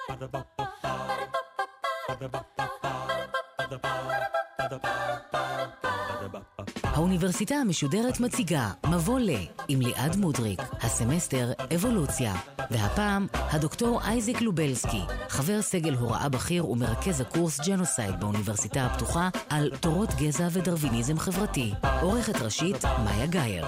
האוניברסיטה המשודרת מציגה מבוא ל עם ליעד מודריק, הסמסטר אבולוציה, והפעם הדוקטור אייזק לובלסקי, חבר סגל הוראה בכיר ומרכז הקורס ג'נוסייד באוניברסיטה הפתוחה על תורות גזע ודרוויניזם חברתי. עורכת ראשית מאיה גייר.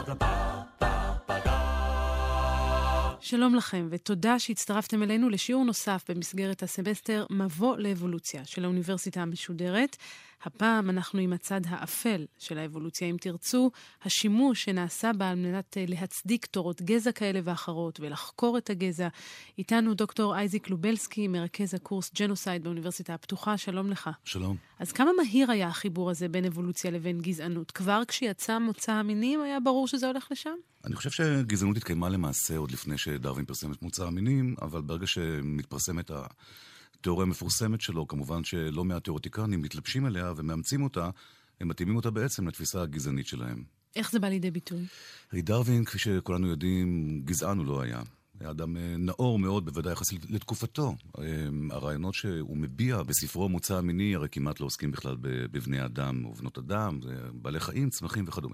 שלום לכם ותודה שהצטרפתם אלינו לשיעור נוסף במסגרת הסמסטר מבוא לאבולוציה של האוניברסיטה המשודרת. הפעם אנחנו עם הצד האפל של האבולוציה, אם תרצו, השימוש שנעשה בה על מנת להצדיק תורות גזע כאלה ואחרות ולחקור את הגזע. איתנו דוקטור אייזק לובלסקי, מרכז הקורס ג'נוסייד באוניברסיטה הפתוחה. שלום לך. שלום. אז כמה מהיר היה החיבור הזה בין אבולוציה לבין גזענות? כבר כשיצא מוצא המינים היה ברור שזה הולך לשם? אני חושב שגזענות התקיימה למעשה עוד לפני שדרווין פרסם את מוצא המינים, אבל ברגע שמתפרסמת התיאוריה המפורסמת שלו, כמובן שלא מעט תיאורטיקנים מתלבשים עליה ומאמצים אותה, הם מתאימים אותה בעצם לתפיסה הגזענית שלהם. איך זה בא לידי ביטוי? דרווין, כפי שכולנו יודעים, גזען הוא לא היה. היה אדם נאור מאוד, בוודאי יחסית לתקופתו. הרעיונות שהוא מביע בספרו מוצא המיני, הרי כמעט לא עוסקים בכלל בבני אדם ובנות אדם, בעלי חיים, צמחים וכדומה.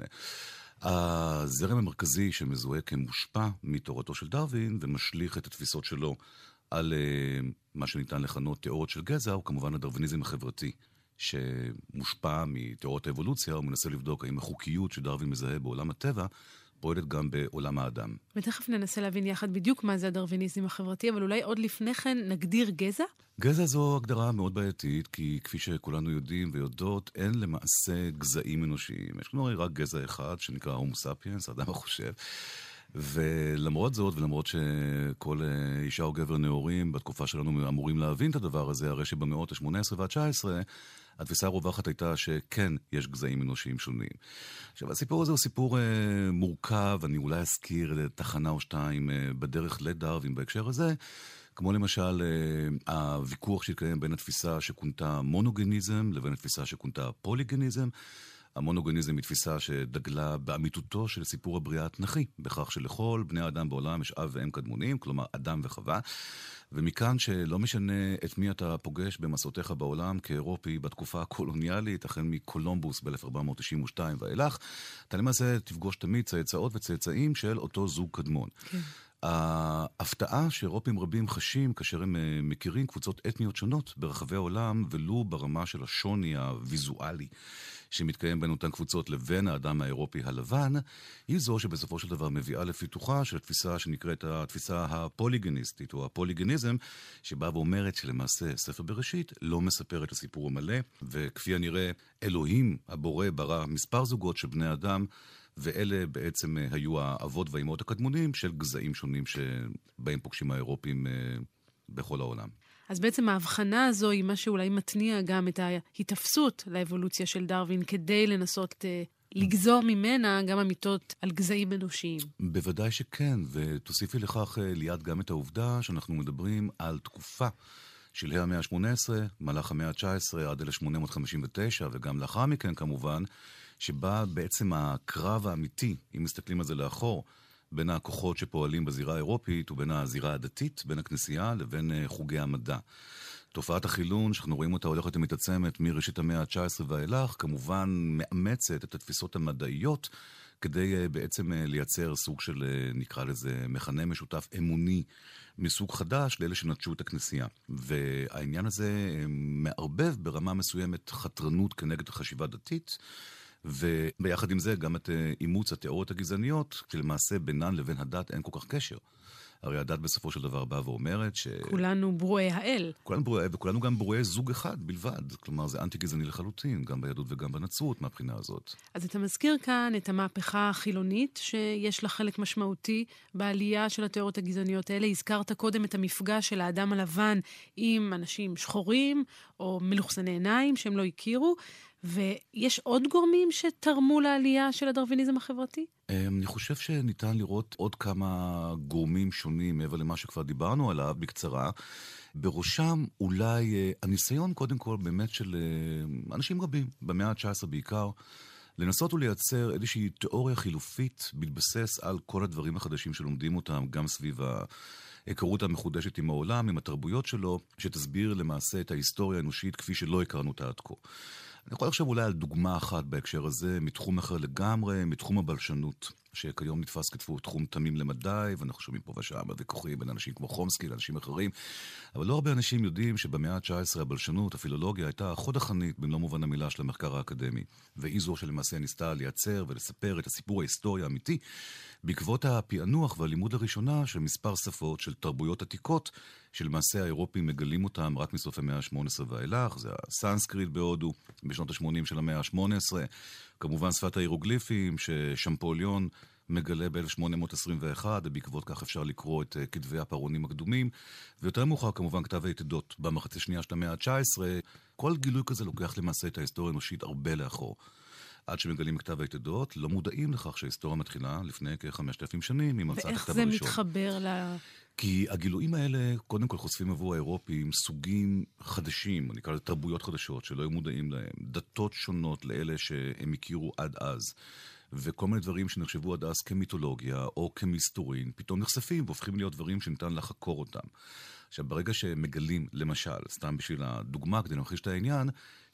הזרם המרכזי שמזוהה כמושפע מתורתו של דרווין ומשליך את התפיסות שלו על מה שניתן לכנות תיאוריות של גזע, הוא כמובן הדרוויניזם החברתי שמושפע מתיאוריות האבולוציה, הוא מנסה לבדוק האם החוקיות שדרווין מזהה בעולם הטבע פועלת גם בעולם האדם. ותכף ננסה להבין יחד בדיוק מה זה הדרוויניזם החברתי, אבל אולי עוד לפני כן נגדיר גזע? גזע זו הגדרה מאוד בעייתית, כי כפי שכולנו יודעים ויודעות, אין למעשה גזעים אנושיים. יש לנו רק גזע אחד שנקרא הומו ספיאנס, האדם החושב. ולמרות זאת, ולמרות שכל אישה או גבר נאורים בתקופה שלנו אמורים להבין את הדבר הזה, הרי שבמאות ה-18 וה-19, התפיסה הרווחת הייתה שכן, יש גזעים אנושיים שונים. עכשיו, הסיפור הזה הוא סיפור מורכב, אני אולי אזכיר תחנה או שתיים בדרך לדרווין בהקשר הזה, כמו למשל הוויכוח שהתקיים בין התפיסה שכונתה מונוגניזם לבין התפיסה שכונתה פוליגניזם. המונוגניזם היא תפיסה שדגלה באמיתותו של סיפור הבריאה התנכי, בכך שלכל בני האדם בעולם יש אב ואם קדמונים, כלומר אדם וחווה, ומכאן שלא משנה את מי אתה פוגש במסעותיך בעולם כאירופי בתקופה הקולוניאלית, החל מקולומבוס ב-1492 ואילך, אתה למעשה תפגוש תמיד צאצאות וצאצאים של אותו זוג קדמון. כן. ההפתעה שאירופים רבים חשים כאשר הם מכירים קבוצות אתניות שונות ברחבי העולם, ולו ברמה של השוני הוויזואלי שמתקיים בין אותן קבוצות לבין האדם האירופי הלבן, היא זו שבסופו של דבר מביאה לפיתוחה של התפיסה שנקראת התפיסה הפוליגניסטית, או הפוליגניזם, שבאה ואומרת שלמעשה ספר בראשית לא מספר את הסיפור המלא, וכפי הנראה אלוהים הבורא ברא מספר זוגות של בני אדם, ואלה בעצם היו האבות והאימות הקדמונים של גזעים שונים שבהם פוגשים האירופים בכל העולם. אז בעצם ההבחנה הזו היא מה שאולי מתניע גם את ההתאפסות לאבולוציה של דרווין, כדי לנסות לגזור ממנה גם אמיתות על גזעים אנושיים. בוודאי שכן, ותוסיפי לכך ליד גם את העובדה שאנחנו מדברים על תקופה של המאה ה-18, מהלך המאה ה-19 עד 1859, וגם לאחר מכן כמובן, שבה בעצם הקרב האמיתי, אם מסתכלים על זה לאחור, בין הכוחות שפועלים בזירה האירופית ובין הזירה הדתית, בין הכנסייה לבין חוגי המדע. תופעת החילון, שאנחנו רואים אותה הולכת ומתעצמת מראשית המאה ה-19 ואילך, כמובן מאמצת את התפיסות המדעיות, כדי בעצם לייצר סוג של, נקרא לזה, מכנה משותף אמוני מסוג חדש לאלה שנטשו את הכנסייה. והעניין הזה מערבב ברמה מסוימת חתרנות כנגד חשיבה דתית, וביחד עם זה גם את אימוץ התיאוריות הגזעניות, שלמעשה בינן לבין הדת אין כל כך קשר. הרי הדת בסופו של דבר באה ואומרת כולנו ברואי האל. כולנו ברואי האל, וכולנו גם ברואי זוג אחד בלבד. כלומר, זה אנטי-גזעני לחלוטין, גם ביהדות וגם בנצרות מהבחינה הזאת. אז אתה מזכיר כאן את המהפכה החילונית, שיש לה חלק משמעותי בעלייה של התיאוריות הגזעניות האלה. הזכרת קודם את המפגש של האדם הלבן עם אנשים שחורים, או מלוכסני עיניים שהם לא הכירו, ויש עוד גורמים שתרמו לעלייה של הדרוויניזם החברתי? אני חושב שניתן לראות עוד כמה גורמים שונים מעבר למה שכבר דיברנו עליו בקצרה. בראשם אולי הניסיון קודם כל באמת של אנשים רבים, במאה ה-19 בעיקר, לנסות ולייצר איזושהי תיאוריה חילופית, מתבסס על כל הדברים החדשים שלומדים אותם, גם סביב היכרות המחודשת עם העולם, עם התרבויות שלו, שתסביר למעשה את ההיסטוריה האנושית כפי שלא הכרנו אותה עד כה. אני יכול לחשוב אולי על דוגמה אחת בהקשר הזה, מתחום אחר לגמרי, מתחום הבלשנות, שכיום נתפס כתחום תמים למדי, ואנחנו שומעים פה ושם ויכוחים בין אנשים כמו חומסקי לאנשים אחרים, אבל לא הרבה אנשים יודעים שבמאה ה-19 הבלשנות, הפילולוגיה, הייתה חוד החנית במלוא מובן המילה של המחקר האקדמי, והיא זו שלמעשה ניסתה לייצר ולספר את הסיפור ההיסטורי האמיתי, בעקבות הפענוח והלימוד הראשונה של מספר שפות של תרבויות עתיקות, שלמעשה האירופים מגלים אותם רק מסוף המאה ה-18 ואילך, זה הסנסקריט בהודו, בשנות ה-80 של המאה ה-18, כמובן שפת ההירוגליפים ששמפוליון מגלה ב-1821, ובעקבות כך אפשר לקרוא את כתבי הפרעונים הקדומים, ויותר מאוחר כמובן כתב היתדות במחצית השנייה של המאה ה-19, כל גילוי כזה לוקח למעשה את ההיסטוריה האנושית הרבה לאחור. עד שמגלים כתב היתדות, לא מודעים לכך שההיסטוריה מתחילה לפני כ-5,000 שנים עם המצאת הכתב הראשון. ואיך זה מתחבר כי הגילויים האלה, קודם כל חושפים עבור האירופים סוגים חדשים, אני אקרא לזה תרבויות חדשות, שלא היו מודעים להם, דתות שונות לאלה שהם הכירו עד אז, וכל מיני דברים שנחשבו עד אז כמיתולוגיה או כמסתורין, פתאום נחשפים והופכים להיות דברים שניתן לחקור אותם. עכשיו, ברגע שמגלים, למשל, סתם בשביל הדוגמה, כדי להמחיש את העניין,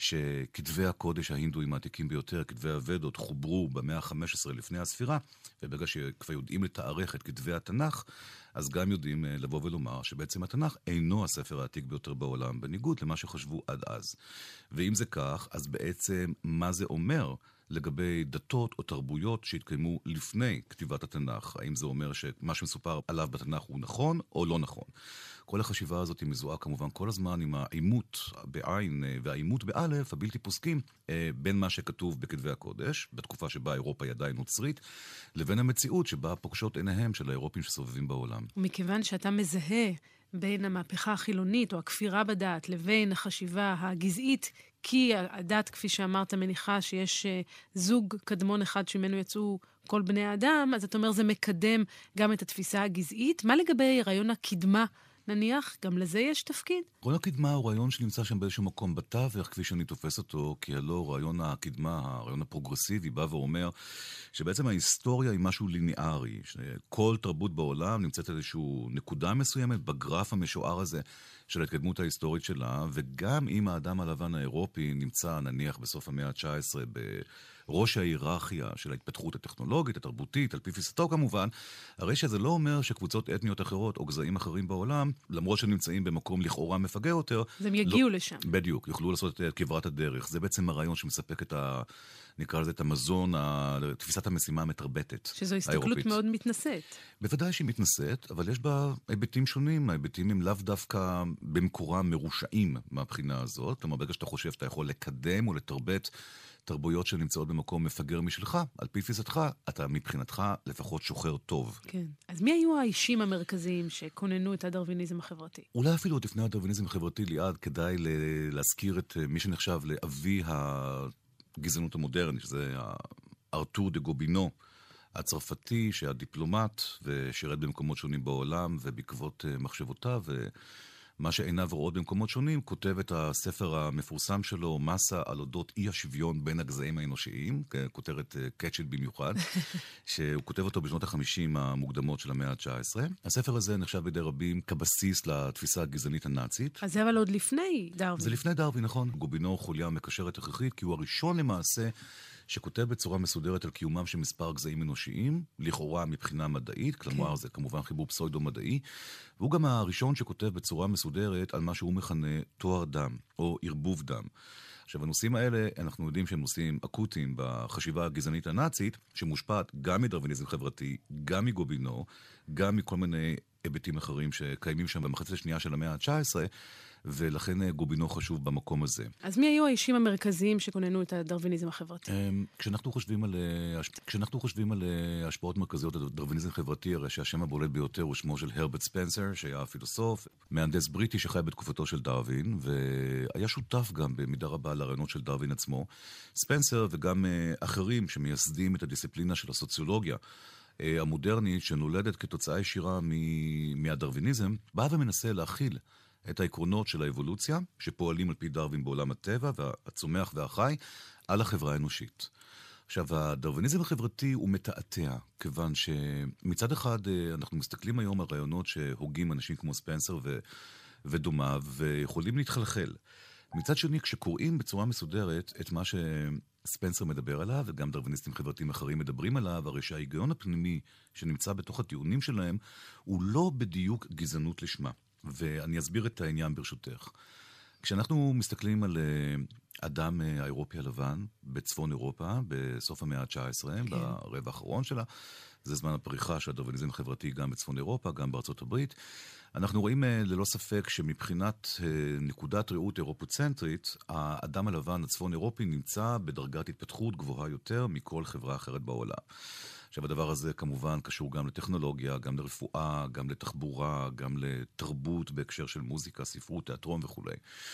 שכתבי הקודש ההינדואים העתיקים ביותר, כתבי הוודות, חוברו במאה ה-15 לפני הספירה, וברגע שכבר יודעים לתארך את כתבי התנ"ך, אז גם יודעים לבוא ולומר שבעצם התנ"ך אינו הספר העתיק ביותר בעולם, בניגוד למה שחשבו עד אז. ואם זה כך, אז בעצם מה זה אומר לגבי דתות או תרבויות שהתקיימו לפני כתיבת התנ"ך? האם זה אומר שמה שמסופר עליו בתנ"ך הוא נכון או לא נכון? כל החשיבה הזאת היא מזוהה כמובן כל הזמן עם העימות בעין והעימות באלף, הבלתי פוסקים, בין מה שכתוב בכתבי הקודש, בתקופה שבה אירופה היא עדיין נוצרית, לבין המציאות שבה פוגשות עיניהם של האירופים שסובבים בעולם. ומכיוון שאתה מזהה בין המהפכה החילונית או הכפירה בדת לבין החשיבה הגזעית, כי הדת, כפי שאמרת, מניחה שיש זוג קדמון אחד שממנו יצאו כל בני האדם, אז אתה אומר זה מקדם גם את התפיסה הגזעית. מה לגבי רעיון הקדמה? נניח, גם לזה יש תפקיד? רעיון הקדמה הוא רעיון שנמצא שם באיזשהו מקום בתווך, כפי שאני תופס אותו, כי הלא רעיון הקדמה, הרעיון הפרוגרסיבי, בא ואומר שבעצם ההיסטוריה היא משהו ליניארי, שכל תרבות בעולם נמצאת איזשהו נקודה מסוימת בגרף המשוער הזה של ההתקדמות ההיסטורית שלה, וגם אם האדם הלבן האירופי נמצא נניח בסוף המאה ה-19 בראש ההיררכיה של ההתפתחות הטכנולוגית, התרבותית, על פי תפיסתו כמובן, הרי שזה לא אומר שקבוצות אתניות אחרות או גזעים אחרים בעולם, למרות שנמצאים במקום לכאורה מפגע יותר, אז הם יגיעו לשם. בדיוק, יוכלו לעשות את כברת הדרך. זה בעצם הרעיון שמספק את נקרא לזה את המזון, תפיסת המשימה המתרבטת. שזו הסתכלות מאוד מתנשאת. בוודאי שהיא מתנשאת, אבל יש בה היבטים שונים. ההיבטים הם לאו דווקא במקורם מרושעים מהבחינה הזאת. כלומר, ברגע שאתה חושב, אתה יכול לקדם או לתרבט תרבויות שנמצאות במקום מפגר משלך, על פי תפיסתך, אתה מבחינתך לפחות שוחר טוב. כן. אז מי היו האישים המרכזיים שכוננו את הדרוויניזם החברתי? אולי אפילו עוד לפני הדרוויניזם החברתי, ליעד, כדאי להזכיר את מי שנחשב לאבי הגזענות המודרנית, שזה ארתור דה גובינו, הצרפתי, שהיה דיפלומט ושירת במקומות שונים בעולם, ובעקבות מחשבותיו ומה שעיניו רואות במקומות שונים, כותב את הספר המפורסם שלו, מסה על אודות אי השוויון בין הגזעים האנושיים, כותרת קאצ'ית במיוחד, שהוא כותב אותו בשנות ה-50 המוקדמות של המאה ה-19. הספר הזה נחשב בידי רבים כבסיס לתפיסה הגזענית הנאצית. אז זה אבל עוד לפני דרווין. זה לפני דרווין, נכון. גובינו חוליה מקשרת הכרחית, כי הוא הראשון למעשה שכותב בצורה מסודרת על קיומם של מספר גזעים אנושיים, לכאורה מבחינה מדעית, כלומר זה כמובן חיבור פסאודו-מדעי, והוא גם הראשון שכותב בצורה מסודרת על מה שהוא מכנה תואר דם, או ערבוב דם. עכשיו, הנושאים האלה, אנחנו יודעים שהם נושאים אקוטיים בחשיבה הגזענית הנאצית, שמושפעת גם מדרוויניזם חברתי, גם מגובינו, גם מכל מיני היבטים אחרים שקיימים שם במחצית השנייה של המאה ה-19, ולכן גובינו חשוב במקום הזה. אז מי היו האישים המרכזיים שכוננו את הדרוויניזם החברתי? כשאנחנו חושבים על השפעות מרכזיות על הדרוויניזם החברתי, הרי שהשם הבולט ביותר הוא שמו של הרברט ספנסר, שהיה פילוסוף, מהנדס בריטי שחי בתקופתו של דרווין, והיה שותף גם במידה רבה לרעיונות של דרווין עצמו. ספנסר וגם אחרים שמייסדים את הדיסציפלינה של הסוציולוגיה המודרנית, שנולדת כתוצאה ישירה מהדרוויניזם, בא ומנסה להכיל את העקרונות של האבולוציה, שפועלים על פי דרווין בעולם הטבע, והצומח והחי, על החברה האנושית. עכשיו, הדרוויניזם החברתי הוא מתעתע, כיוון שמצד אחד אנחנו מסתכלים היום על רעיונות שהוגים אנשים כמו ספנסר ודומיו, ויכולים להתחלחל. מצד שני, כשקוראים בצורה מסודרת את מה שספנסר מדבר עליו, וגם דרוויניסטים חברתיים אחרים מדברים עליו, הרי שההיגיון הפנימי שנמצא בתוך הטיעונים שלהם, הוא לא בדיוק גזענות לשמה. ואני אסביר את העניין ברשותך. כשאנחנו מסתכלים על אדם האירופי הלבן בצפון אירופה, בסוף המאה ה-19, ברבע האחרון שלה, זה זמן הפריחה של הדרוויניזם החברתי גם בצפון אירופה, גם בארצות הברית, אנחנו רואים ללא ספק שמבחינת נקודת ראות אירופוצנטרית, האדם הלבן הצפון אירופי נמצא בדרגת התפתחות גבוהה יותר מכל חברה אחרת בעולם. עכשיו, הדבר הזה כמובן קשור גם לטכנולוגיה, גם לרפואה, גם לתחבורה, גם לתרבות בהקשר של מוזיקה, ספרות, תיאטרון וכו'.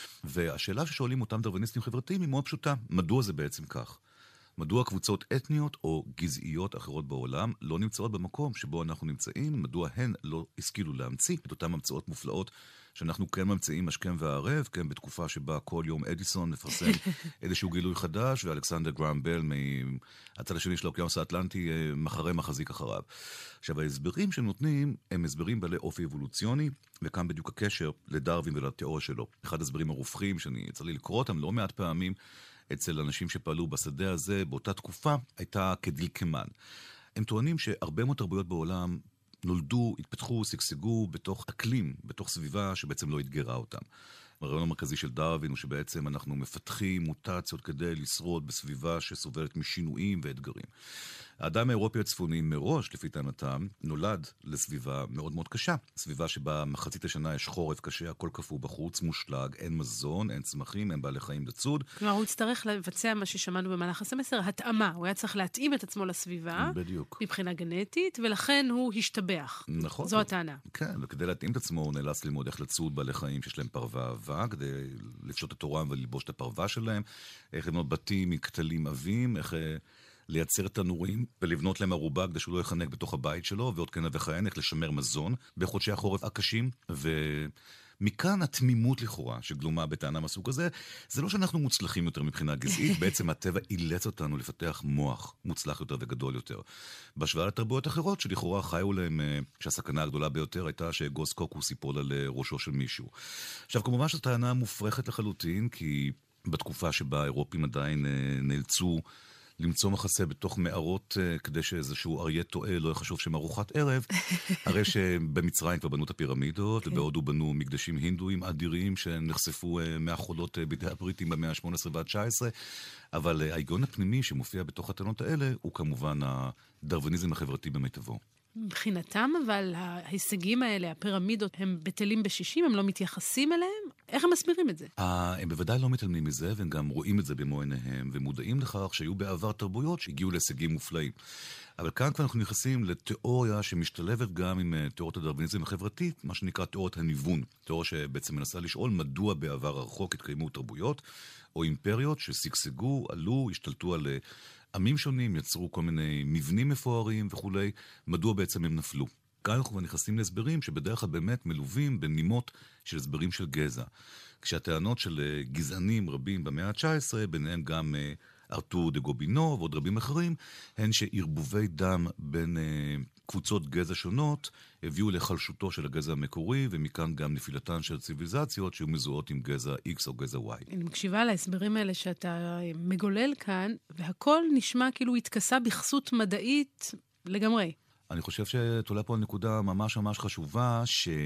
והשאלה ששואלים אותם דרוויניסטים חברתיים היא מאוד פשוטה. מדוע זה בעצם כך? מדוע קבוצות אתניות או גזעיות אחרות בעולם לא נמצאות במקום שבו אנחנו נמצאים? מדוע הן לא השכילו להמציא את אותן המצאות מופלאות שאנחנו כן ממציאים השכם והערב, כן, בתקופה שבה כל יום אדיסון מפרסם איזשהו גילוי חדש, ואלכסנדר גרהם בל מהצד השני של האוקיינוס האטלנטי מחזיק אחריו. עכשיו, ההסברים שנותנים הם הסברים בעלי אופי אבולוציוני, וכאן בדיוק הקשר לדרווין ולתיאוריה שלו. אחד הסברים הרופחים שאני יצא לי לקרוא אותם לא מעט פעמים, אצל אנשים שפעלו בשדה הזה באותה תקופה, הייתה כדלקמן. הם טוענים שהרבה מאוד תרבויות בעולם נולדו, התפתחו, סגסגו בתוך אקלים, בתוך סביבה שבעצם לא התגרה אותם. הרעיון המרכזי של דרווין הוא שבעצם אנחנו מפתחים מוטציות כדי לשרוד בסביבה שסובלת משינויים ואתגרים. האדם האירופי הצפוני מראש, לפי טענתם, נולד לסביבה מאוד מאוד קשה. סביבה שבה מחצית השנה יש חורף קשה, הכל קפוא בחוץ, מושלג, אין מזון, אין צמחים, אין בעלי חיים לצוד. כלומר, הוא יצטרך לבצע מה ששמענו במהלך הסמסטר, התאמה. הוא היה צריך להתאים את עצמו לסביבה, בדיוק. מבחינה גנטית, ולכן הוא השתבח. נכון. זו הטענה. כן, וכדי להתאים את עצמו הוא נאלץ ללמוד איך לצוד בעלי חיים שיש להם פרווה עבה, כדי לפשוט את תורם וללבוש את הפרווה שלהם, איך לבנות בתים מכתלים עבים, איך לייצר תנורים ולבנות להם ערובה כדי שהוא לא יחנק בתוך הבית שלו, ועוד כנה וכהנה, איך לשמר מזון בחודשי החורף הקשים, ומכאן התמימות לכאורה שגלומה בטענה מסוג הזה, זה לא שאנחנו מוצלחים יותר מבחינה גזעית, בעצם הטבע אילץ אותנו לפתח מוח מוצלח יותר וגדול יותר. בהשוואה לתרבויות אחרות שלכאורה חיו להם, שהסכנה הגדולה ביותר הייתה שגוס קוקוס ייפול על ראשו של מישהו. עכשיו, כמובן שזו טענה מופרכת לחלוטין, כי בתקופה שבה האירופים עדיין נאלצו למצוא מחסה בתוך מערות כדי שאיזשהו אריה טועה לא יחשוב שהם ארוחת ערב, הרי שבמצרים כבר בנו את הפירמידות, ובהודו בנו מקדשים הינדואים אדירים שנחשפו מהחולות בידי הבריטים במאה ה-18 וה-19, אבל ההיגיון הפנימי שמופיע בתוך הטענות האלה הוא כמובן הדרוויניזם החברתי במיטבו. מבחינתם, אבל ההישגים האלה, הפירמידות, הם בטלים בשישים, הם לא מתייחסים אליהם? איך הם מסבירים את זה? הם בוודאי לא מתעלמים מזה, והם גם רואים את זה במו עיניהם, ומודעים לכך שהיו בעבר תרבויות שהגיעו להישגים מופלאים. אבל כאן כבר אנחנו נכנסים לתיאוריה שמשתלבת גם עם תיאוריית הדרוויניזם החברתית, מה שנקרא תיאוריית הניוון. תיאוריה שבעצם מנסה לשאול מדוע בעבר הרחוק התקיימו תרבויות או אימפריות שסגסגו, עלו, השתלטו על עמים שונים, יצרו כל מיני מבנים מפוארים וכולי, מדוע בעצם הם נפלו. כאן אנחנו נכנסים להסברים שבדרך כלל באמת מלווים בנימות של הסברים של גזע. כשהטענות של גזענים רבים במאה ה-19, ביניהם גם ארתור דה גובינו ועוד רבים אחרים, הן שערבובי דם בין קבוצות גזע שונות הביאו לחלשותו של הגזע המקורי, ומכאן גם נפילתן של ציוויליזציות שהיו מזוהות עם גזע X או גזע Y. אני מקשיבה להסברים האלה שאתה מגולל כאן, והכל נשמע כאילו התכסה בכסות מדעית לגמרי. אני חושב שתולה פה נקודה ממש ממש חשובה,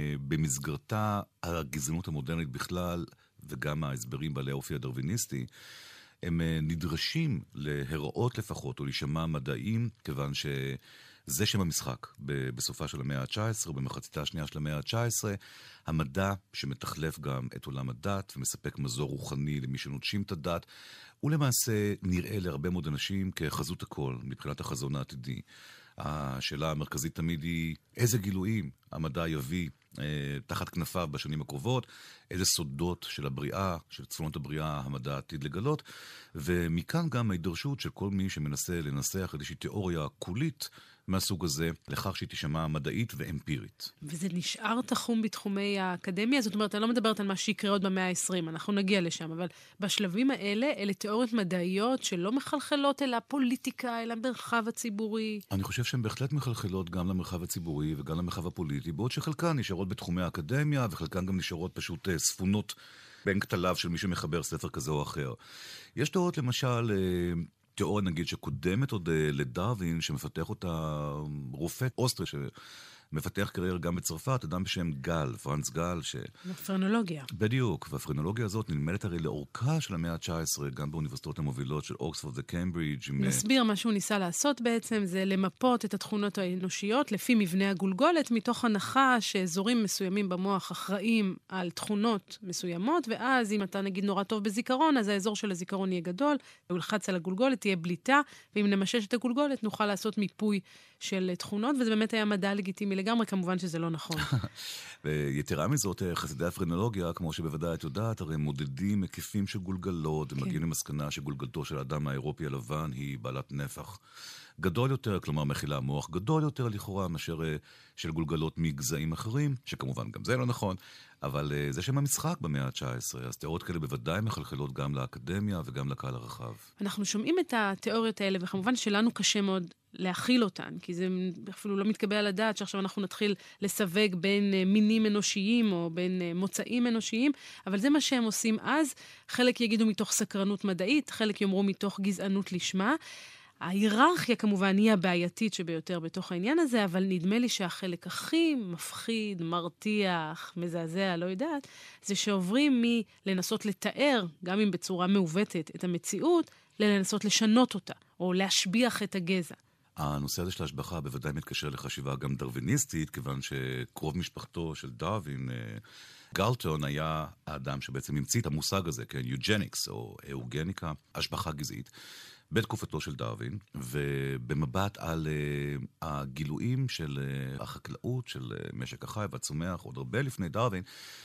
שבמסגרתה הגזענות המודרנית בכלל, וגם ההסברים בעלי האופי הדרוויניסטי, הם נדרשים להיראות לפחות, או להישמע מדעיים, כיוון שזה שם המשחק. בסופה של המאה ה-19, במחציתה השנייה של המאה ה-19, המדע שמתחלף גם את עולם הדת, ומספק מזור רוחני למי שנוטשים את הדת, הוא למעשה נראה להרבה מאוד אנשים כחזות הכל, מבחינת החזון העתידי. השאלה המרכזית תמיד היא איזה גילויים המדע יביא תחת כנפיו בשנים הקרובות, איזה סודות של הבריאה, של צפונות הבריאה המדע עתיד לגלות, ומכאן גם ההידרשות של כל מי שמנסה לנסח איזושהי תיאוריה קולית מהסוג הזה, לכך שהיא תשמע מדעית ואמפירית. וזה נשאר תחום בתחומי האקדמיה? זאת אומרת, אני לא מדברת על מה שיקרה עוד במאה ה-20, אנחנו נגיע לשם, אבל בשלבים האלה, אלה תיאוריות מדעיות שלא מחלחלות אל הפוליטיקה, אל המרחב הציבורי. אני חושב שהן בהחלט מחלחלות גם למרחב הציבורי וגם למרחב הפוליטי, בעוד שחלקן נשארות בתחומי האקדמיה, וחלקן גם נשארות פשוט ספונות בין כתליו של מי שמחבר ספר כזה או אחר. יש תיאוריות למשל, תיאוריה נגיד שקודמת עוד לדרווין, שמפתח אותה רופא אוסטרי, שמפתח קריירה גם בצרפת, אדם בשם גל, פרנץ גל, פרנולוגיה. בדיוק, והפרנולוגיה הזאת נלמדת הרי לאורכה של המאה ה-19, גם באוניברסיטאות המובילות של אוקספורד וקמברידג'. נסביר מה שהוא ניסה לעשות בעצם, זה למפות את התכונות האנושיות לפי מבנה הגולגולת, מתוך הנחה שאזורים מסוימים במוח אחראים על תכונות מסוימות, ואז אם אתה נגיד נורא טוב בזיכרון, אז האזור של הזיכרון יהיה גדול, הוא ילחץ על הגולגולת, תהיה בליטה, ואם נמשש את הגולגולת נוכל לעשות מיפוי של תכונות, וזה באמת היה מדע לגיטימי לגמרי, כמובן שזה לא נכון. ויתרה מזאת, חסידי הפרנולוגיה, כמו שבוודאי את יודעת, הרי מודדים היקפים של גולגלות, ומגיעים למסקנה שגולגלתו של האדם האירופי הלבן היא בעלת נפח גדול יותר, כלומר מכילה מוח גדול יותר לכאורה, מאשר של גולגלות מגזעים אחרים, שכמובן גם זה לא נכון, אבל זה שם המשחק במאה ה-19, אז תיאוריות כאלה בוודאי מחלחלות גם לאקדמיה וגם לקהל הרחב. אנחנו שומעים את התיאוריות האלה, וכמובן שלנו קשה מאוד להכיל אותן, כי זה אפילו לא מתקבל על הדעת שעכשיו אנחנו נתחיל לסווג בין מינים אנושיים או בין מוצאים אנושיים, אבל זה מה שהם עושים אז. חלק יגידו מתוך סקרנות מדעית, חלק יאמרו מתוך גזענות לשמה. ההיררכיה כמובן היא הבעייתית שביותר בתוך העניין הזה, אבל נדמה לי שהחלק הכי מפחיד, מרתיח, מזעזע, לא יודעת, זה שעוברים מלנסות לתאר, גם אם בצורה מעוותת, את המציאות, לנסות לשנות אותה, או להשביח את הגזע. הנושא הזה של ההשבחה בוודאי מתקשר לחשיבה גם דרוויניסטית, כיוון שקרוב משפחתו של דרווין, גלטון, היה האדם שבעצם המציא את המושג הזה, כן, יוג'ניקס או אוגניקה, השבחה גזעית. בתקופתו של דרווין, ובמבט על הגילויים של החקלאות, של משק החי והצומח, עוד הרבה לפני דרווין,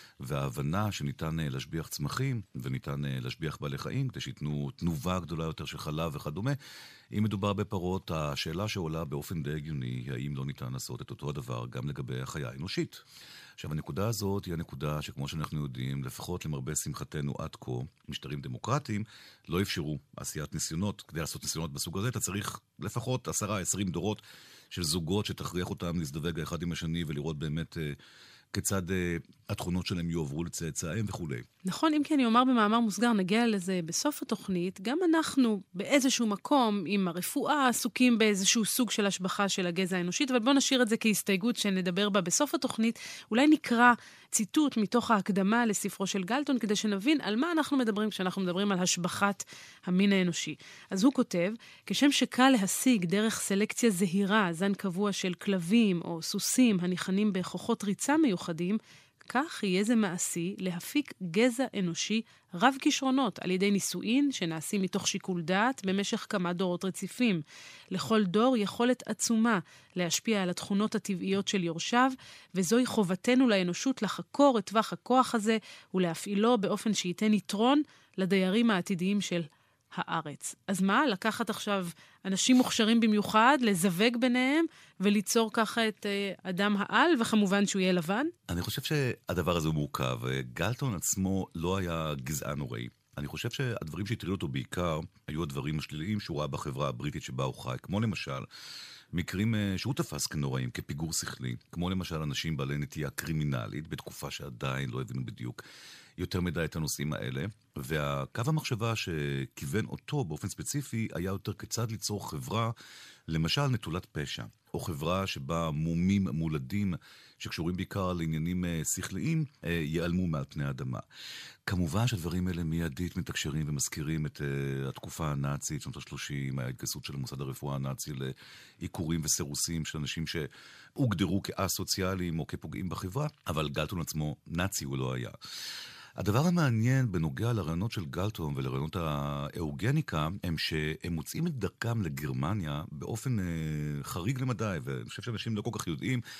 וההבנה שניתן להשביח צמחים, וניתן להשביח בעלי חיים, כדי שיתנו תנובה גדולה יותר של חלב וכדומה. אם מדובר בפרות, השאלה שעולה באופן די הגיוני, היא האם לא ניתן לעשות את אותו הדבר גם לגבי החיה האנושית. עכשיו, הנקודה הזאת היא הנקודה שכמו שאנחנו יודעים, לפחות למרבה שמחתנו עד כה, משטרים דמוקרטיים לא אפשרו עשיית ניסיונות. כדי לעשות ניסיונות בסוג הזה, אתה צריך לפחות 10-20 דורות של זוגות שתכריח אותם להזדווג האחד עם השני ולראות באמת כיצד התכונות שלהם יועברו לצאצאיהם וכו'. נכון, אם כי אני אומר במאמר מוסגר, נגיע לזה בסוף התוכנית, גם אנחנו באיזשהו מקום עם הרפואה עסוקים באיזשהו סוג של השבחה של הגזע האנושית, אבל בואו נשאיר את זה כהסתייגות שנדבר בה בסוף התוכנית. אולי נקרא ציטוט מתוך ההקדמה לספרו של גלטון, כדי שנבין על מה אנחנו מדברים כשאנחנו מדברים על השבחת המין האנושי. אז הוא כותב, כשם שקל להשיג דרך סלקציה זהירה, זן קבוע של כלבים או סוסים הניחנים בכוחות ריצה מיוחדים, כך יהיה זה מעשי להפיק גזע אנושי רב כישרונות על ידי ניסויים שנעשים מתוך שיקול דעת במשך כמה דורות רציפים. לכל דור יכולת עצומה להשפיע על התכונות הטבעיות של יורשיו, וזוהי חובתנו לאנושות לחקור את טווח הכוח הזה ולהפעילו באופן שייתן יתרון לדיירים העתידיים של הארץ. אז מה? לקחת עכשיו אנשים מוכשרים במיוחד, לזווג ביניהם, וליצור ככה את אדם העל, וכמובן שהוא יהיה לבן? אני חושב שהדבר הזה הוא מורכב. גלטון עצמו לא היה גזען נוראי. אני חושב שהדברים שהטרידו אותו בעיקר היו הדברים השליליים שהוא ראה בחברה הבריטית שבה הוא חי, כמו למשל מקרים שהוא תפס כנוראים, כפיגור שכלי, כמו למשל אנשים בעלי נטייה קרימינלית, בתקופה שעדיין לא הבינו בדיוק יותר מדי את הנושאים האלה, והקו המחשבה שכיוון אותו באופן ספציפי היה יותר כיצד ליצור חברה, למשל נטולת פשע, או חברה שבה מומים מולדים שקשורים בעיקר לעניינים שכליים, ייעלמו מעל פני האדמה. כמובן שהדברים האלה מיידית מתקשרים ומזכירים את התקופה הנאצית, שנות ה-30, ההתגייסות של המוסד הרפואה הנאצי לעיקורים וסירוסים של אנשים שהוגדרו כאסוציאליים או כפוגעים בחברה, אבל גלטון עצמו נאצי הוא לא היה. הדבר המעניין בנוגע לרעיונות של גלטון ולרעיונות האוגניקה, הם שהם מוצאים את דרכם לגרמניה באופן חריג למדי, ואני חושב שאנשים לא כל כך יודעים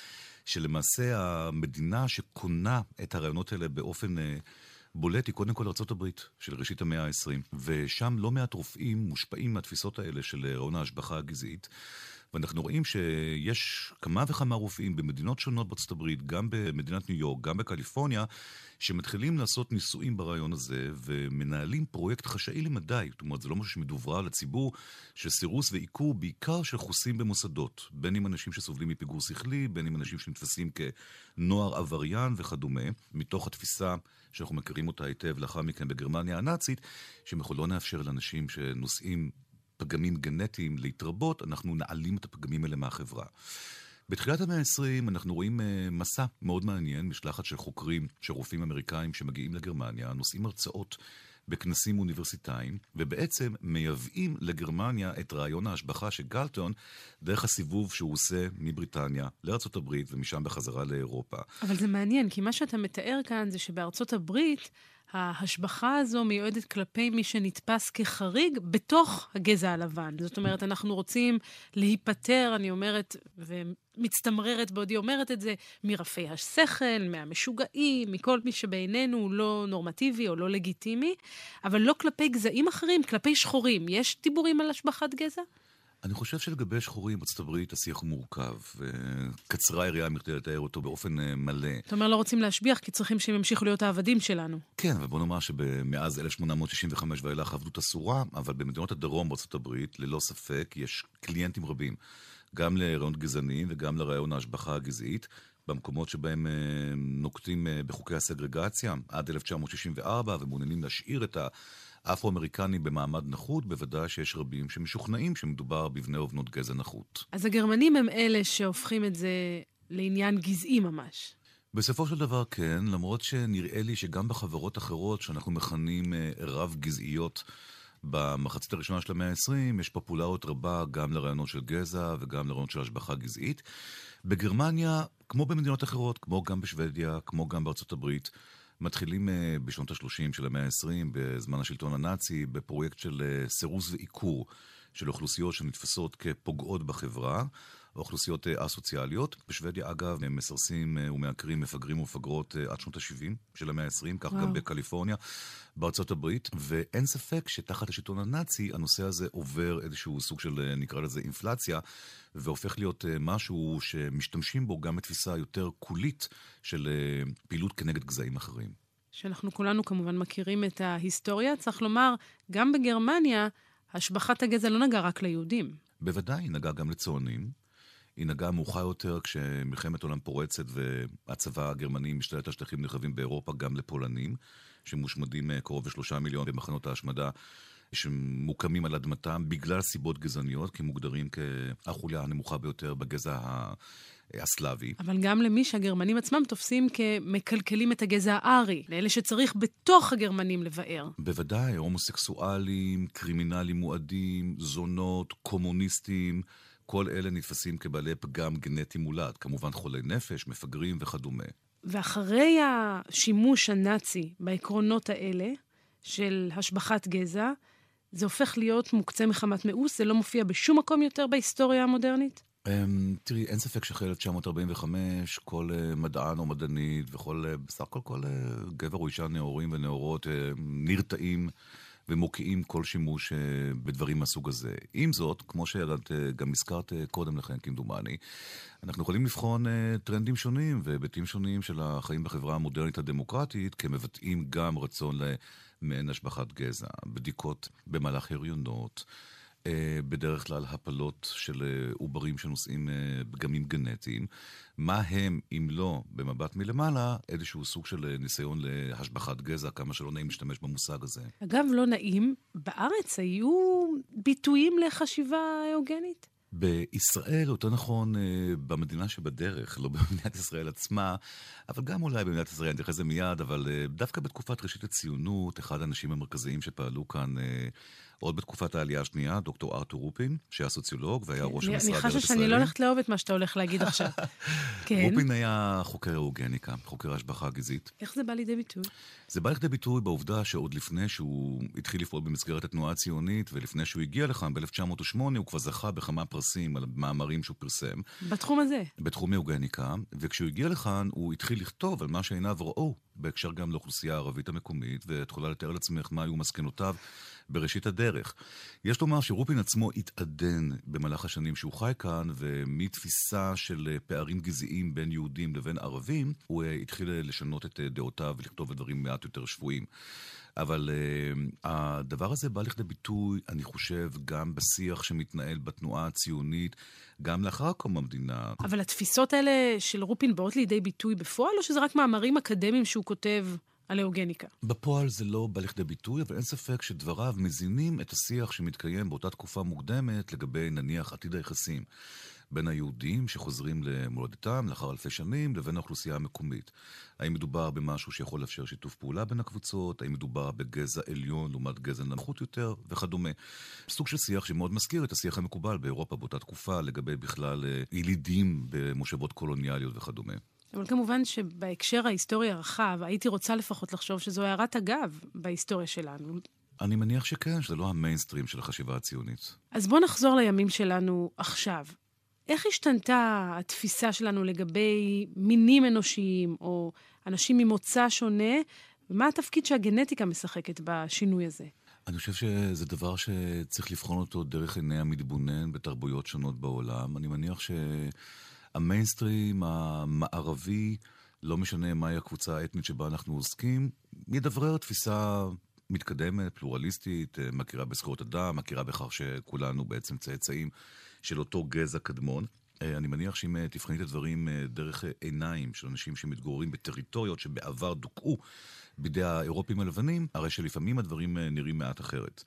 שלמעשה המדינה שקונה את הרעיונות האלה באופן בולט היא קודם כל ארצות הברית של ראשית המאה ה-20, ושם לא מעט רופאים מושפעים מהתפיסות האלה של רעיון ההשבחה הגזעית, ואנחנו רואים שיש כמה וכמה רופאים במדינות שונות בארצות הברית, גם במדינת ניו יורק, גם בקליפורניה, שמתחילים לעשות ניסויים ברעיון הזה, ומנהלים פרויקט חשאי למדי. זאת אומרת, זה לא משהו שמדוברר לציבור, של סירוס ועיקור בעיקר של חוסים במוסדות, בין אם אנשים שסובלים מפיגור שכלי, בין אם אנשים שנתפסים כנוער עבריין וכדומה, מתוך התפיסה שאנחנו מכירים אותה היטב לאחר מכן בגרמניה הנאצית, שאנחנו לא נאפשר לאנשים שנושאים פגמים גנטיים להתרבות, אנחנו נעלים את הפגמים האלה מהחברה. בתחילת המאה ה-20 אנחנו רואים מסע מאוד מעניין, משלחת של חוקרים, של רופאים אמריקאים שמגיעים לגרמניה, נושאים הרצאות בכנסים אוניברסיטאיים, ובעצם מייבאים לגרמניה את רעיון ההשבחה של גלטון, דרך הסיבוב שהוא עושה מבריטניה לארצות הברית, ומשם בחזרה לאירופה. אבל זה מעניין, כי מה שאתה מתאר כאן זה שבארצות הברית, ההשבחה הזו מיועדת כלפי מי שנתפס כחריג בתוך הגזע הלבן. זאת אומרת, אנחנו רוצים להיפטר, אני אומרת, ומצטמררת בעודי אומרת את זה, מרפי השכל, מהמשוגעים, מכל מי שבעינינו הוא לא נורמטיבי או לא לגיטימי, אבל לא כלפי גזעים אחרים, כלפי שחורים. יש דיבורים על השבחת גזע? אני חושב שלגבי שחורים בארצות הברית השיח הוא מורכב, וקצרה היריעה מכדי לתאר אותו באופן מלא. זאת אומרת, לא רוצים להשביח, כי צריכים שהם ימשיכו להיות העבדים שלנו. כן, ובוא נאמר שמאז 1865 ואילך עבדות אסורה, אבל במדינות הדרום בארצות הברית, ללא ספק, יש קליינטים רבים, גם לרעיונות גזעניים וגם לרעיון ההשבחה הגזעית, במקומות שבהם נוקטים בחוקי הסגרגציה עד 1964, ומעוניינים להשאיר את האפרו-אמריקנים במעמד נחות, בוודאי שיש רבים שמשוכנעים שמדובר בבני ובנות גזע נחות. אז הגרמנים הם אלה שהופכים את זה לעניין גזעי ממש. בסופו של דבר כן, למרות שנראה לי שגם בחברות אחרות שאנחנו מכנים רב גזעיות, במחצית הראשונה של המאה ה-20 יש פופולריות רבה גם לרעיונות של גזע וגם לרעיונות של השבחה גזעית. בגרמניה, כמו במדינות אחרות, כמו גם בשוודיה, כמו גם בארצות הברית, מתחילים בשנות ה-30 של המאה ה-20, בזמן השלטון הנאצי, בפרויקט של סירוס ועיקור של אוכלוסיות שנתפסות כפוגעות בחברה, אוכלוסיות אסוציאליות. בשוודיה, אגב, הם מסרסים ומעקרים מפגרים ומפגרות עד שנות ה-70 של המאה ה-20, כך גם בקליפורניה, בארצות הברית, ואין ספק שתחת השלטון הנאצי, הנושא הזה עובר איזשהו סוג של, נקרא לזה, אינפלציה, והופך להיות משהו שמשתמשים בו גם בתפיסה יותר קולית של פעילות כנגד גזעים אחרים. שאנחנו כולנו כמובן מכירים את ההיסטוריה, צריך לומר, גם בגרמניה, השבחת הגזע לא נגע רק ליהודים. בוודאי, היא נגעה גם לצוענים. היא נגעה מאוחר יותר כשמלחמת עולם פורצת והצבא הגרמני משתלט על שטחים נרחבים באירופה גם לפולנים, שמושמדים קרוב ל3 מיליון במחנות ההשמדה שמוקמים על אדמתם בגלל סיבות גזעניות, כי מוגדרים כחוליה הנמוכה ביותר בגזע הסלאבי. אבל גם למי שהגרמנים עצמם תופסים כמקלקלים את הגזע הארי, לאלה שצריך בתוך הגרמנים לבאר. בוודאי, הומוסקסואלים, קרימינלים מועדים, זונות, קומוניסטים, כל אלה נתפסים כבעלי פגם גנטי מולד, כמובן חולי נפש, מפגרים וכדומה. ואחרי השימוש הנאצי בעקרונות האלה של השבחת גזע, זה הופך להיות מוקצה מחמת מאוס, זה לא מופיע בשום מקום יותר בהיסטוריה המודרנית? תראי, אין ספק שאחרי 1945, כל מדען או מדענית בסך הכל כל גבר או אישה נאורים ונאורות נרתעים ומוקיעים כל שימוש בדברים מהסוג הזה. עם זאת, כמו שאת גם הזכרת קודם לכן, כמדומני, אנחנו יכולים לבחון טרנדים שונים והיבטים שונים של החיים בחברה המודרנית הדמוקרטית, כמבטאים גם רצון למעין השבחת גזע, בדיקות במהלך הריונות, בדרך כלל הפלות של עוברים שנושאים פגמים גנטיים. מה הם, אם לא, במבט מלמעלה, איזשהו סוג של ניסיון להשבחת גזע, כמה שלא נעים להשתמש במושג הזה. אגב, לא נעים, בארץ היו ביטויים לחשיבה הוגנית? בישראל, יותר נכון, במדינה שבדרך, לא במדינת ישראל עצמה, אבל גם אולי במדינת ישראל, אני אתייחס לזה מיד, אבל דווקא בתקופת ראשית הציונות, אחד האנשים המרכזיים שפעלו כאן, עוד בתקופת העלייה השנייה, דוקטור ארתור רופין, שהיה סוציולוג והיה ראש המשרד אני הארץ חשה ישראלי. שאני לא הולכת לאהוב את מה שאתה הולך להגיד עכשיו. כן. רופין היה חוקר אורגניקה, חוקר השבחה גזעית. איך זה בא לידי ביטוי? זה בא לידי ביטוי בעובדה שעוד לפני שהוא התחיל לפעול במסגרת התנועה הציונית, ולפני שהוא הגיע לכאן ב-1908, הוא כבר זכה בכמה פרסים על מאמרים שהוא פרסם. בתחום הזה? בתחום אורגניקה, וכשהוא הגיע לכאן, הוא התחיל לכתוב על מה שעיניו ראו, בהקשר גם לאוכלוסייה הערבית המקומית, ואת יכולה לתאר לעצמך מה היו מסקנותיו בראשית הדרך. יש לומר שרופין עצמו התעדן במהלך השנים שהוא חי כאן, ומתפיסה של פערים גזעיים בין יהודים לבין ערבים, הוא התחיל לשנות את דעותיו ולכתוב דברים מעט יותר שפויים. אבל הדבר הזה בא לכדי ביטוי, אני חושב, גם בשיח שמתנהל בתנועה הציונית, גם לאחר קום המדינה. אבל התפיסות האלה של רופין באות לידי ביטוי בפועל, או שזה רק מאמרים אקדמיים שהוא כותב על אורגניקה? בפועל זה לא בא לכדי ביטוי, אבל אין ספק שדבריו מזינים את השיח שמתקיים באותה תקופה מוקדמת לגבי נניח עתיד היחסים בין היהודים שחוזרים למולדתם לאחר אלפי שנים לבין האוכלוסייה המקומית. האם מדובר במשהו שיכול לאפשר שיתוף פעולה בין הקבוצות? האם מדובר בגזע עליון לעומת גזע נמוך יותר וכדומה? סוג של שיח שמאוד מזכיר את השיח המקובל באירופה באותה תקופה לגבי בכלל ילידים במושבות קולוניאליות וכדומה. אבל כמובן שבהקשר ההיסטורי הרחב, הייתי רוצה לפחות לחשוב שזו הערת אגב בהיסטוריה שלנו. אני מניח שכן, שזה לא המיינסטרים של החשיבה הציונית. אז בוא נחזור לימים שלנו עכשיו. איך השתנתה התפיסה שלנו לגבי מינים אנושיים או אנשים ממוצא שונה, ומה התפקיד שהגנטיקה משחקת בשינוי הזה? אני חושב שזה דבר שצריך לבחון אותו דרך עיני המתבונן בתרבויות שונות בעולם. אני מניח שהמיינסטרים המערבי, לא משנה מהי הקבוצה האתנית שבה אנחנו עוסקים, ידברר תפיסה מתקדמת, פלורליסטית, מכירה בזכויות אדם, מכירה בכך שכולנו בעצם צאצאים של אותו גזע קדמון. אני מניח שאם תבחני את הדברים דרך עיניים של אנשים שמתגוררים בטריטוריות שבעבר דוכאו בידי האירופים הלבנים, הרי שלפעמים הדברים נראים מעט אחרת.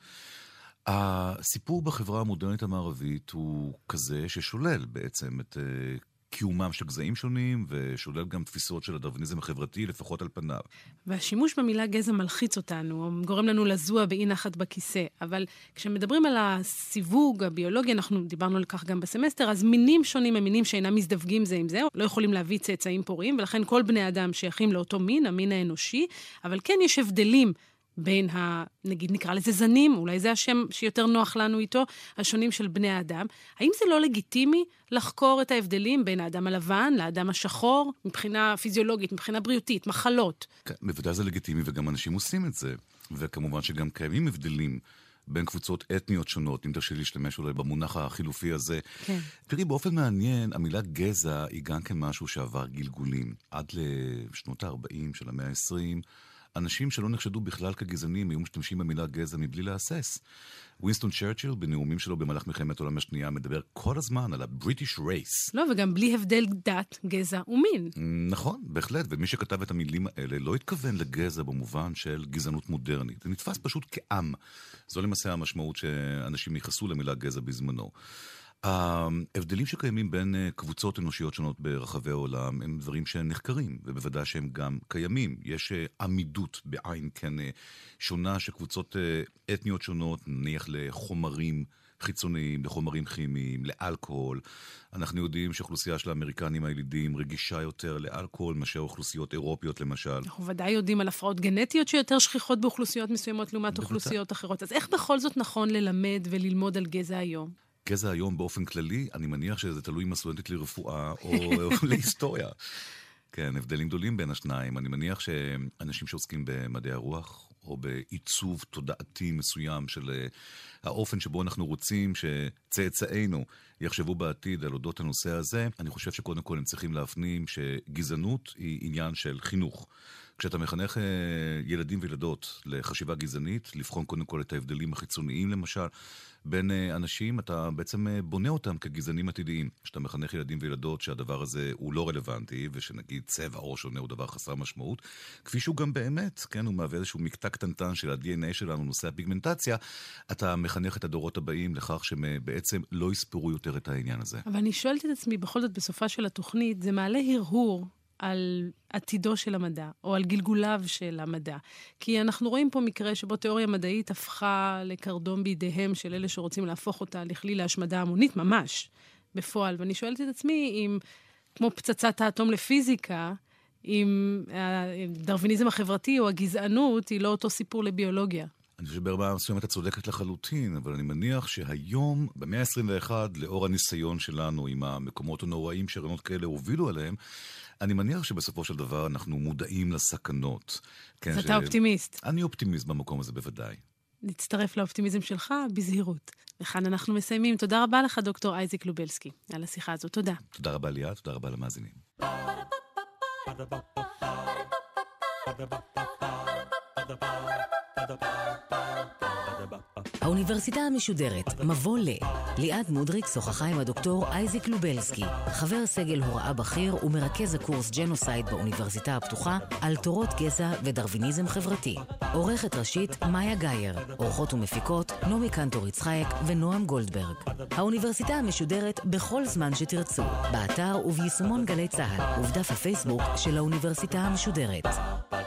הסיפור בחברה המודרנית המערבית הוא כזה ששולל בעצם את קיומם של גזעים שונים, ושולל גם תפיסות של הדרוויניזם החברתי, לפחות על פניו. והשימוש במילה גזע מלחיץ אותנו, גורם לנו לזוע באי נחת בכיסא, אבל כשמדברים על הסיווג הביולוגי, אנחנו דיברנו על כך גם בסמסטר, אז מינים שונים הם מינים שאינם מזדווגים זה עם זה, לא יכולים להביא צאצאים פוריים, ולכן כל בני אדם שייכים לאותו מין, המין האנושי, אבל כן יש הבדלים בין נגיד נקרא לזה זנים, אולי זה השם שיותר נוח לנו איתו, השונים של בני האדם. האם זה לא לגיטימי לחקור את ההבדלים בין האדם הלבן לאדם השחור, מבחינה פיזיולוגית, מבחינה בריאותית, מחלות? כן, בוודאי זה לגיטימי, וגם אנשים עושים את זה. וכמובן שגם קיימים הבדלים בין קבוצות אתניות שונות, אם תרשי להשתמש אולי במונח החילופי הזה. כן. תראי, באופן מעניין, המילה גזע היא גם כן משהו שעבר גלגולים. עד לשנות ה-40 של המאה ה-20, אנשים שלא נחשדו בכלל כגזענים היו משתמשים במילה גזע מבלי להסס. ווינסטון צ'רצ'יל בנאומים שלו במהלך מלחמת העולם השנייה מדבר כל הזמן על ה-British race. לא, וגם בלי הבדל דת, גזע ומין. נכון, בהחלט, ומי שכתב את המילים האלה לא התכוון לגזע במובן של גזענות מודרנית. זה נתפס פשוט כעם. זו למעשה המשמעות שאנשים ייחסו למילה גזע בזמנו. ההבדלים שקיימים בין קבוצות אנושיות שונות ברחבי העולם הם דברים שנחקרים, ובוודאי שהם גם קיימים. יש עמידות בעין כן שונה שקבוצות אתניות שונות, נניח לחומרים חיצוניים, לחומרים כימיים, לאלכוהול. אנחנו יודעים שאוכלוסייה של האמריקנים הילידים רגישה יותר לאלכוהול מאשר אוכלוסיות אירופיות למשל. אנחנו ודאי יודעים על הפרעות גנטיות שיותר שכיחות באוכלוסיות מסוימות לעומת אוכלוסיות אחרות. אז איך בכל זאת נכון ללמד וללמוד על גזע היום? גזע היום באופן כללי, אני מניח שזה תלוי אם הסטודנטית לרפואה או להיסטוריה. כן, הבדלים גדולים בין השניים. אני מניח שאנשים שעוסקים במדעי הרוח, או בעיצוב תודעתי מסוים של האופן שבו אנחנו רוצים שצאצאינו יחשבו בעתיד על אודות הנושא הזה, אני חושב שקודם כל הם צריכים להפנים שגזענות היא עניין של חינוך. כשאתה מחנך ילדים וילדות לחשיבה גזענית, לבחון קודם כל את ההבדלים החיצוניים למשל, בין אנשים, אתה בעצם בונה אותם כגזענים עתידיים. כשאתה מחנך ילדים וילדות שהדבר הזה הוא לא רלוונטי, ושנגיד צבע או שונה הוא דבר חסר משמעות, כפי שהוא גם באמת, כן, הוא מהווה איזשהו מקטע קטנטן של ה-DNA שלנו, נושא הפיגמנטציה, אתה מחנך את הדורות הבאים לכך שהם בעצם לא יספרו יותר את העניין הזה. אבל אני שואלת את עצמי, בכל זאת בסופה של התוכנית, זה מעלה הרהור על עתידו של המדע, או על גלגוליו של המדע. כי אנחנו רואים פה מקרה שבו תיאוריה מדעית הפכה לקרדום בידיהם של אלה שרוצים להפוך אותה לכלי להשמדה המונית, ממש, בפועל. ואני שואלת את עצמי, אם כמו פצצת האטום לפיזיקה, אם הדרוויניזם החברתי או הגזענות היא לא אותו סיפור לביולוגיה. אני חושב שברמה מסוימת את צודקת לחלוטין, אבל אני מניח שהיום, במאה ה-21, לאור הניסיון שלנו עם המקומות הנוראים שרעיונות כאלה הובילו עליהם, אני מניח שבסופו של דבר אנחנו מודעים לסכנות. אז אתה אופטימיסט. אני אופטימיסט במקום הזה בוודאי. נצטרף לאופטימיזם שלך בזהירות. וכאן אנחנו מסיימים. תודה רבה לך, דוקטור אייזק לובלסקי, על השיחה הזאת. תודה. תודה רבה ליאת, תודה רבה למאזינים. האוניברסיטה המשודרת, מבוא ל. ליעד מודריק שוחחה עם הדוקטור אייזק לובלסקי, חבר סגל הוראה בכיר ומרכז הקורס ג'נוסייד באוניברסיטה הפתוחה, על תורות גזע ודרוויניזם חברתי. עורכת ראשית מאיה גייר, עורכות ומפיקות נעמי קנטור יצחק ונועם גולדברג. האוניברסיטה המשודרת בכל זמן שתרצו, באתר וביישומון גלי צהל, ובדף הפייסבוק של האוניברסיטה המשודרת.